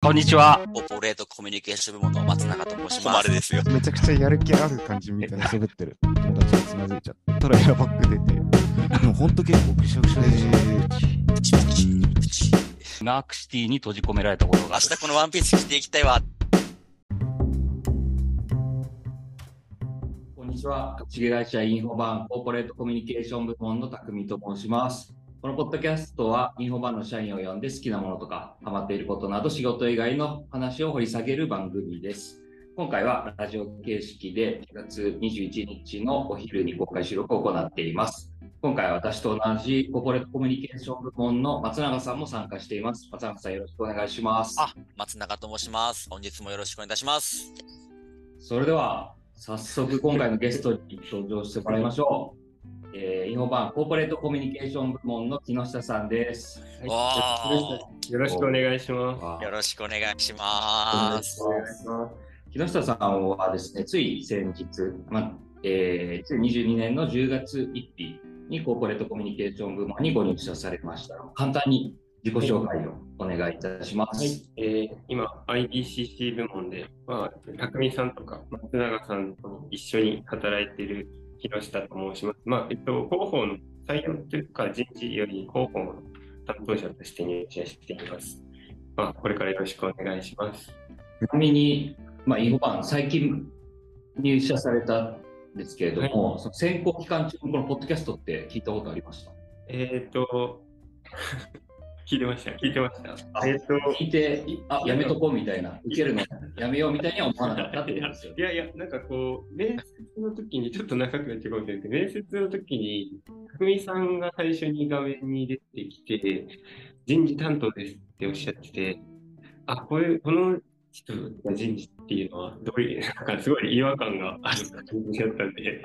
こんにちは。 コーポレートコミュニケーション部門の松永と申します。 ですよ。 めちゃくちゃやる気ある感じみたいな喋ってる友達がつまずいちゃったらエアバッグ出て、でもほんと結構くしゃくしゃでナークシティに閉じ込められたことが明日このワンピース着ていきたいわ。 こんにちは。株式会社インフォバンコーポレートコミュニケーション部門の匠と申します。このポッドキャストはインフォバンの社員を呼んで好きなものとかハマっていることなど仕事以外の話を掘り下げる番組です。今回はラジオ形式で4月21日のお昼に公開収録を行っています。今回は私と同じコーポレートコミュニケーション部門の松永さんも参加しています。松永さん、よろしくお願いします。 松永と申します。本日もよろしくお願いいたします。 それでは早速今回のゲストに登場してもらいましょう。インフォバンコーポレートコミュニケーション部門の木下さんです。 よろしくお願いします。 よろしくお願いします。 木下さんはですね、つい先日、2022年の10月1日にコーポレートコミュニケーション部門にご入社されました。簡単に自己紹介をお願いいたします。 今、IBCC 部門で、匠さんとか松永さんと一緒に働いている木下と申します。広報の採用というか人事より広報の担当者として入社しています。これからよろしくお願いします。ちなみに、インフォバン最近入社されたんですけれども、その選考期間中のこのポッドキャストって聞いたことありました？ 聞いてました。聞いて、やめとこうみたいな、受けるのやめようみたいには思わなかったってことですよ。 なんか面接の時に、ちょっと長くなっちゃうかもしれないけど、面接の時に、匠さんが最初に画面に出てきて、人事担当ですっておっしゃってて、この人が人事っていうのは、すごい違和感がある感じだったんで、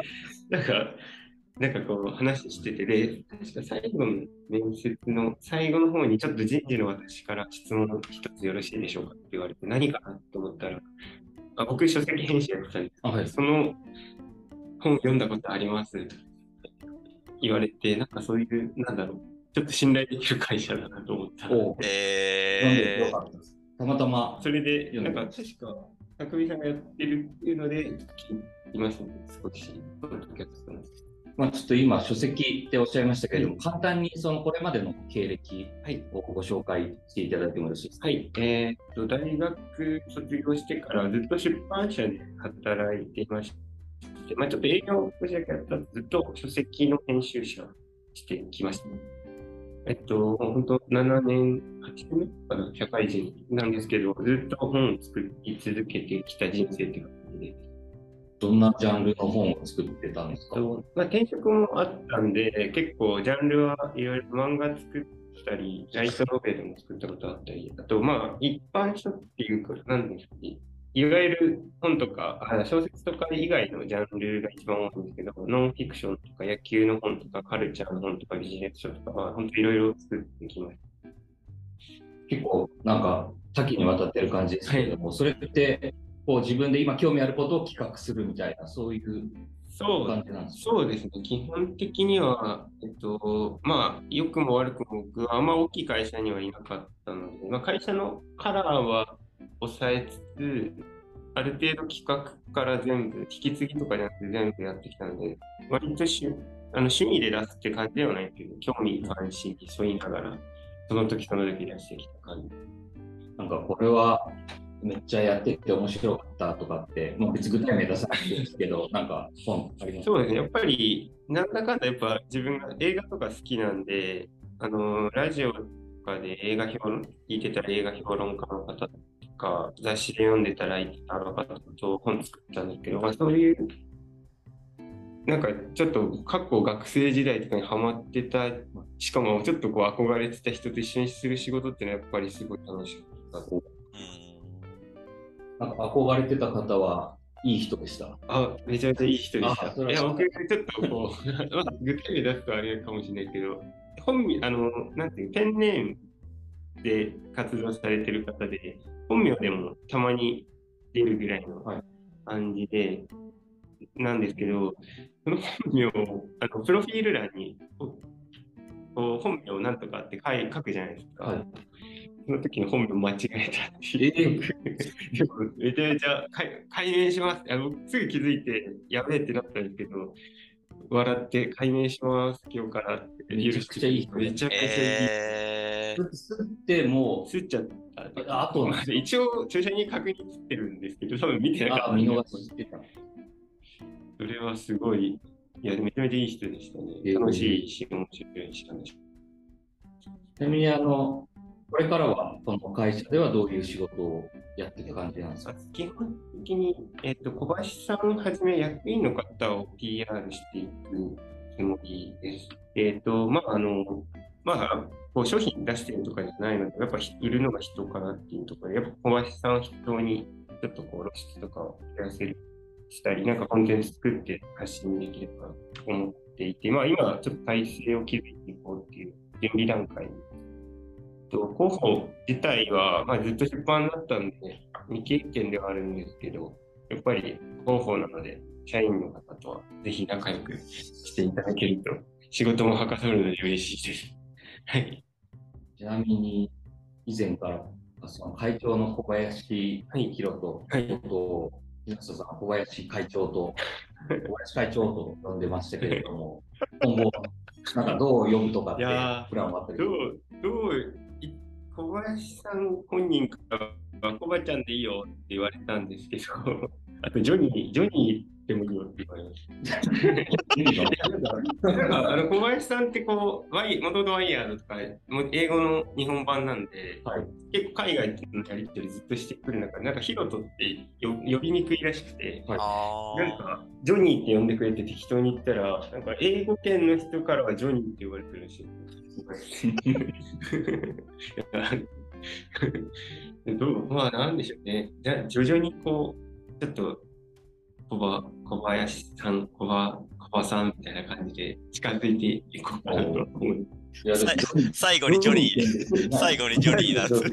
話してて、で、確か最後の面接の最後の方にちょっと人事の私から質問一つよろしいでしょうかって言われて、何かなと思ったら、僕書籍編集やってたんですけど、その本読んだことありますと言われて、そういう、ちょっと信頼できる会社だなと思ったので、よかったです。たまたま。 それで、確か、匠さんがやってるっていうので、聞きますので、少し、ポッドキャストの。 ちょっと今、書籍っておっしゃいましたけれども、簡単にこれまでの経歴をご紹介していただいてもよろしいですか？ 大学卒業してからずっと出版社で働いていまして、ちょっと営業を少しだけやったずっと書籍の編集者をしてきました。本当7年、8年かな、社会人なんですけど、ずっと本を作り続けてきた人生っていう感じで。 どんなジャンルの本を作ってたんですか？ 転職もあったんで、結構ジャンルはいろいろ漫画作ったり、ライトノベルも作ったことあったり、あと一般書っていうか、なんですかね、いわゆる本とか、小説とか以外のジャンルが一番多いんですけど、ノンフィクションとか野球の本とかカルチャーの本とかビジネス書とか、本当いろいろ作ってきました。 結構多岐にわたってる感じですけれども、それって自分で今興味あることを企画するみたいな、そういう感じなんですか？ そうですね。基本的には、良くも悪くも僕はあんま大きい会社にはいなかったので、会社のカラーは抑えつつ、ある程度企画から全部、引き継ぎとかじゃなくて全部やってきたので、割と趣味で出すって感じではないけど、興味関心に沿いながら、その時その時出してきた感じ。 これはめっちゃやってて面白かったとかって、別に具体名出さなくていいですけど、本ありますか？ そうですね。やっぱり、なんだかんだ自分が映画とか好きなんで、ラジオとかで聞いてたら映画評論家の方とか、雑誌で読んでたらライターの方と本作ったんですけど、そういう、ちょっと過去学生時代とかにハマってた、しかもちょっと憧れてた人と一緒にする仕事っていうのはやっぱりすごい楽しかった。 憧れてた方はいい人でした？ めちゃめちゃいい人でした。僕ちょっと具体名出すとあれかもしれないけど、ペンネームで活動されてる方で、本名でもたまに出るぐらいの感じで、なんですけど、その本名を、プロフィール欄に、本名なんとかって書くじゃないですか。 その時の本名間違えたっていう。でもめちゃめちゃ解明します。僕すぐ気づいて、やべえってなったんですけど、笑って解明します、今日からって。 めちゃくちゃいい人ねめちゃくちゃいい。 吸っても吸っちゃった。 あと一応、著者に確認してるんですけど、多分見てなかった。 見逃してた。 それはすごい、いや、めちゃめちゃいい人でしたね。楽しいし、面白いし、 ちなみに、これからは、この会社ではどういう仕事をやっていく感じなんですか？ 基本的に、小林さんはじめ役員の方を PR していくつもりです。こう商品出してるとかじゃないので、やっぱいるのが人かなっていうところで、やっぱ小林さんを筆頭に、ちょっとこう露出とかを増やせるしたり、なんかコンテンツ作って発信できればと思っていて、今ちょっと体制を築いていこうっていう準備段階に。広報自体は、ずっと出版だったんで、未経験ではあるんですけど、やっぱり広報なので、社員の方とはぜひ仲良くしていただけると、仕事もはかどるので嬉しいです。はい。 ちなみに、以前からその会長の小林弘人と、東さん、小林会長と、小林会長と呼んでましたけれども、今後、なんかどう呼ぶとかってプランはあったり小林さん本人からは、コバちゃんでいいよって言われたんですけど、あとジョニーでもいいよって言われました。なんか小林さんってこう、元々ワイヤードとか、英語の日本版なんで、結構海外とのやり取りずっとしてくる中で、なんかヒロトって呼びにくいらしくて、なんかジョニーって呼んでくれて適当に言ったら、なんか英語圏の人からはジョニーって呼ばれてるらしい。なんでしょうね。徐々にこう、ちょっと小林さん、小葉さんみたいな感じで近づいていこうかなと思う。 最後にジョニーだ。 ジ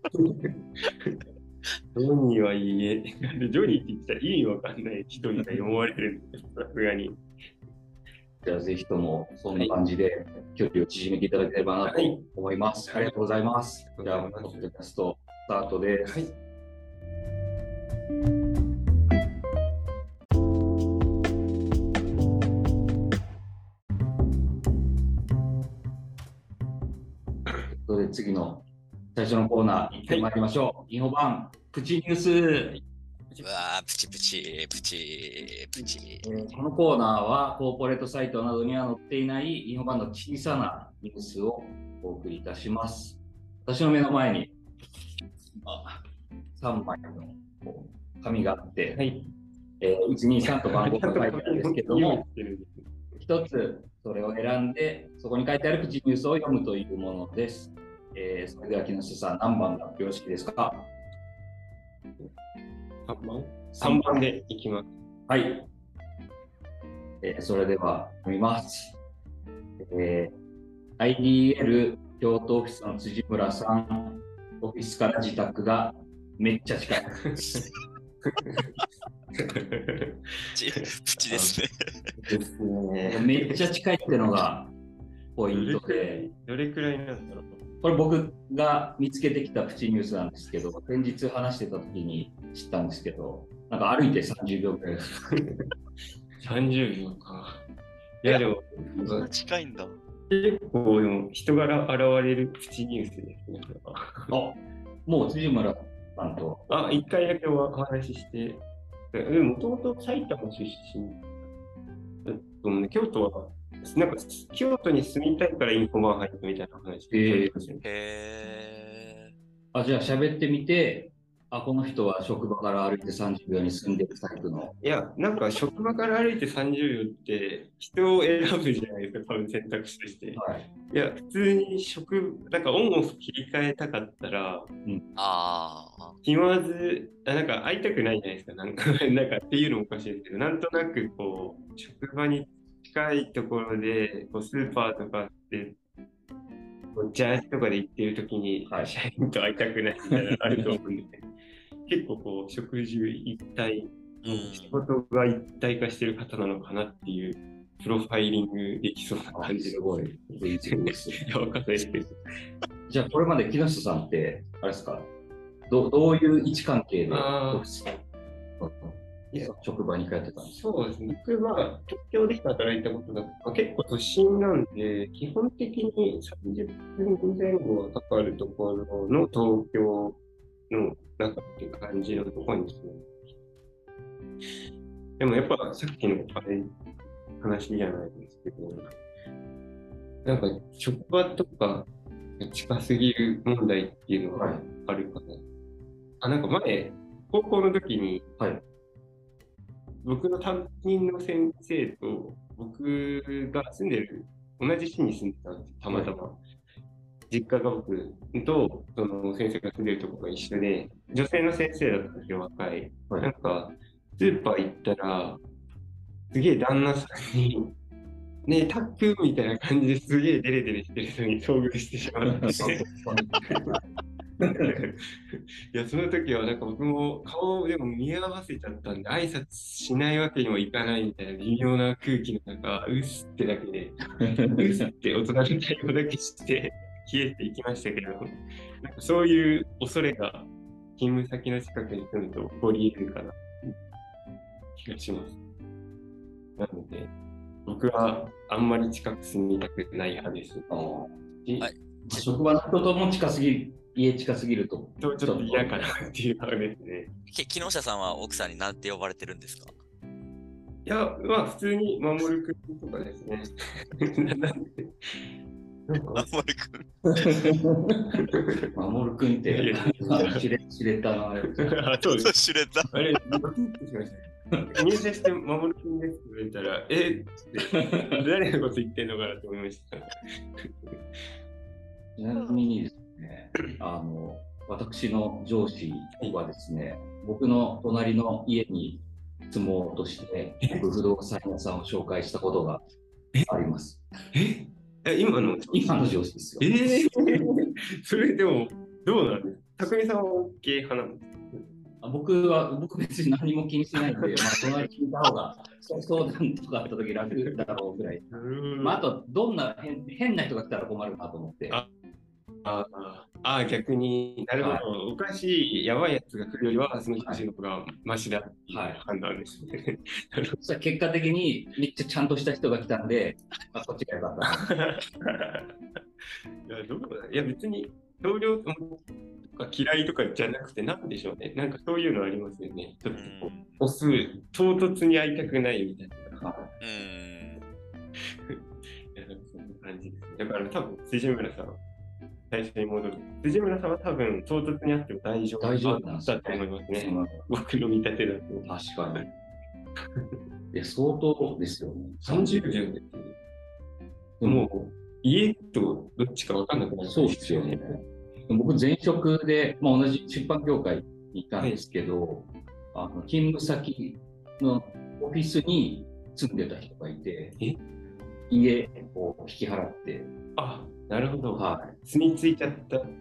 ョニーはいいえ。ジョニーって言ったら意味わかんない人みたいに思われるんです、さすがに。 じゃあぜひともそんな感じで距離を縮めていただければなと思います。ありがとうございます。じゃあ、ポッドキャストスタートです。で次の最初のコーナー行ってまいりましょう。インフォ版プチニュース。 うわー、プチ。 このコーナーはコーポレートサイトなどには載っていないインフォ版の小さなニュースをお送りいたします。私の目の前に3枚の紙があって、1、2、3と番号が書いてあるんですけども、一つそれを選んで、そこに書いてあるプチニュースを読むというものです。それでは木下さん、何番がよろしいですか ？3番でいきます。 はい。それでは読みます。IDL 京都オフィスの辻村さん、オフィスから自宅がめっちゃ近い。 プチですね。 めっちゃ近いってのがポイントで。 どれくらいなんだろう。 これ僕が見つけてきたプチニュースなんですけど、先日話してた時に知ったんですけど、なんか歩いて30秒くらいです。 30秒か。いやでも、 そんな近いんだ。 結構でも人柄現れるプチニュースですね。 もう辻村さんと。 一回だけお話しして、もともと埼玉出身。京都は、なんか京都に住みたいからインフォバン入ったみたいな話で。 じゃあ喋ってみて、この人は職場から歩いて30秒に住んでるタイプの。 いや、なんか職場から歩いて30秒って人を選ぶじゃないですか、多分選択肢として。いや、普通になんかオンオフ切り替えたかったら、気まず、なんか会いたくないじゃないですか、なんかっていうのもおかしいですけど、なんとなくこう、職場に近いところで、こうスーパーとかってジャージとかで行ってるときに、社員と会いたくないみたいなのあると思うんで、結構こう、食事一体、仕事が一体化してる方なのかなっていう、プロファイリングできそうな感じの。 すごい。 いや、わかんないですけど。 じゃあ、これまで木下さんって、あれですか、どういう位置関係でオフィスいや職場に通ってたんですか？ そうですね。僕は東京で働いたことが、結構都心なんで、基本的に30分前後はかかるところの東京の中っていう感じのところに住んでます。でもやっぱさっきの話じゃないですけど、なんか職場とか近すぎる問題っていうのがあるかな。なんか前、高校の時に、僕の担任の先生と僕が住んでる、同じ市に住んでたんです、たまたま。実家が僕とその先生が住んでるところが一緒で、女性の先生だったんですよ、若い。なんか、スーパー行ったら、すげえ旦那さんに、ねえ、タックみたいな感じですげえデレデレしてる人に遭遇してしまって。いや、その時はなんか僕も顔でも見合わせちゃったんで、挨拶しないわけにもいかないみたいな微妙な空気の中、うっすってだけで、うっすって大人の対応だけして消えていきましたけど、なんかそういう恐れが勤務先の近くに住むと起こり得るかな気がします。なので、僕はあんまり近く住みたくない派です。 職場の人とも家近すぎると。 ちょっと嫌かなっていう派ですね。 木下さんは奥さんに何て呼ばれてるんですか？ いや、まあ普通に守るくんとかですね。 守くん。 守くんって知れたな。 そうです。 知れた。 あれ、ドキッとしました。入社して守くんですって言われたら、って誰のこと言ってんのかなと思いました。 ちなみにですね、私の上司はですね、僕の隣の家に住もうとして、不動産屋さんを紹介したことがあります。 今の上司ですよ。 それでも、どうなんですか？匠さんは OK 派なんですか？ 僕別に何も気にしないんで、隣にいた方が相談とかあった時楽だろうぐらい。あと、どんな変な人が来たら困るなと思って。 逆になるほど、おかしいやばいやつが来るよりはその人の方がマシだっていう判断ですね。 そしたら結果的にめっちゃちゃんとした人が来たんで、こっちが良かった。 いや別に同僚とか嫌いとかじゃなくてなんでしょうね。なんかそういうのありますよね。ちょっとこう唐突に会いたくないみたいな。いやそんな感じですね。だから多分辻村さん。最初に戻る。辻村さんは多分唐突に会っても大丈夫だったと思いますね。僕の見立てだと。 確かに。いや、相当ですよね。 30秒で。もう、家とどっちか分かんなくなる。 そうですよね。僕、前職で、同じ出版業界にいたんですけど、勤務先のオフィスに住んでた人がいて、家を引き払って、 なるほど。住み着いちゃったっていう。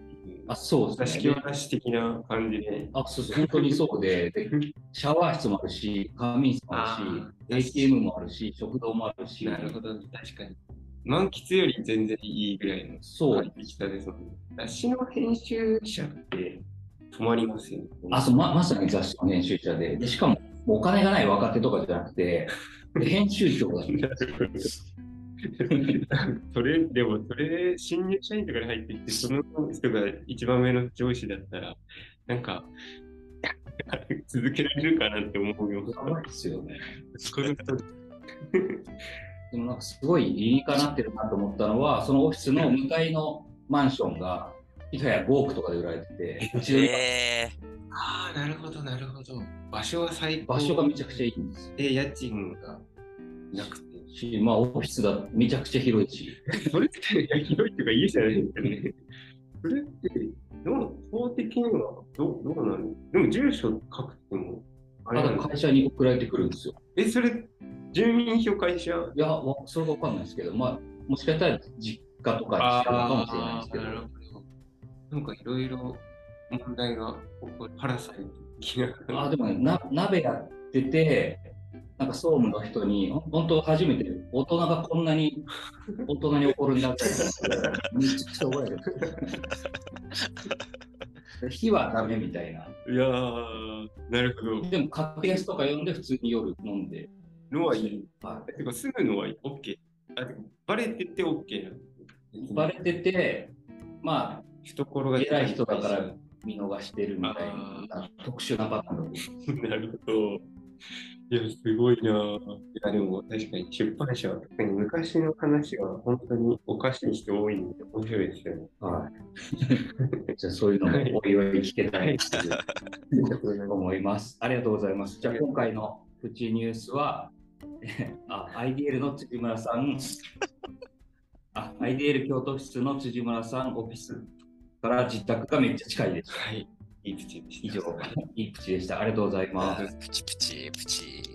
そうですね。 座敷わらし的な感じで。 そうそう、本当にそうで、シャワー室もあるし、仮眠室もあるし、ATM もあるし、食堂もあるし。 なるほど、確かに。満喫より全然いいぐらいの快適さですもんね。雑誌の編集者って泊まりますよね。 まさに雑誌の編集者で、しかもお金がない若手とかじゃなくて、編集長だったんですそれ、新入社員とかで入ってきて、その人が一番上の上司だったら、なんか、続けられるかなって思うよ。 やばいですよね。でもなんかすごい理にかなってるなと思ったのは、そのオフィスの向かいのマンションが、いや5億とかで売られてて、 なるほど、なるほど。場所は最高。 場所がめちゃくちゃいいんです。 家賃がなくて。 オフィスがめちゃくちゃ広いし。 それって広いっていうか家じゃないですかね。それって、法的にはどうなの？でも住所書くても、 会社に送られてくるんですよ。 それ、住民票会社？ いや、それがわかんないですけど、もしかしたら実家とかにしてるかもしれないですけど。 なんかいろいろ問題が起こる。パラサイト的な。 でもね、鍋やってて、 なんか総務の人に、本当初めて大人がこんなに大人に怒るんだって、めちゃくちゃ怒られる。火はダメみたいな。 いやー、なるほど。 でも、格安とか読んで普通に夜飲んで。 のはいい。 はてか、すぐのはいい。OK。あ、てかバレてて OK なの。 い、バレてて、まあ、 懐が偉い人だから見逃してるみたいな特殊なパターン。 なるほど。いや、すごいなぁ。いや、でも確かに出版社は特に昔の話は本当におかしい人多いんで面白いですよね。 はい。じゃあそういうのもおいおい聞けたいと思います。ありがとうございます。じゃあ今回のプチニュースは、IDL の辻村さん、IDL 京都室の辻村さんオフィスから自宅がめっちゃ近いです。 はい。いいプチでした。 以上、いいプチでした。ありがとうございます。 プチプチプチ。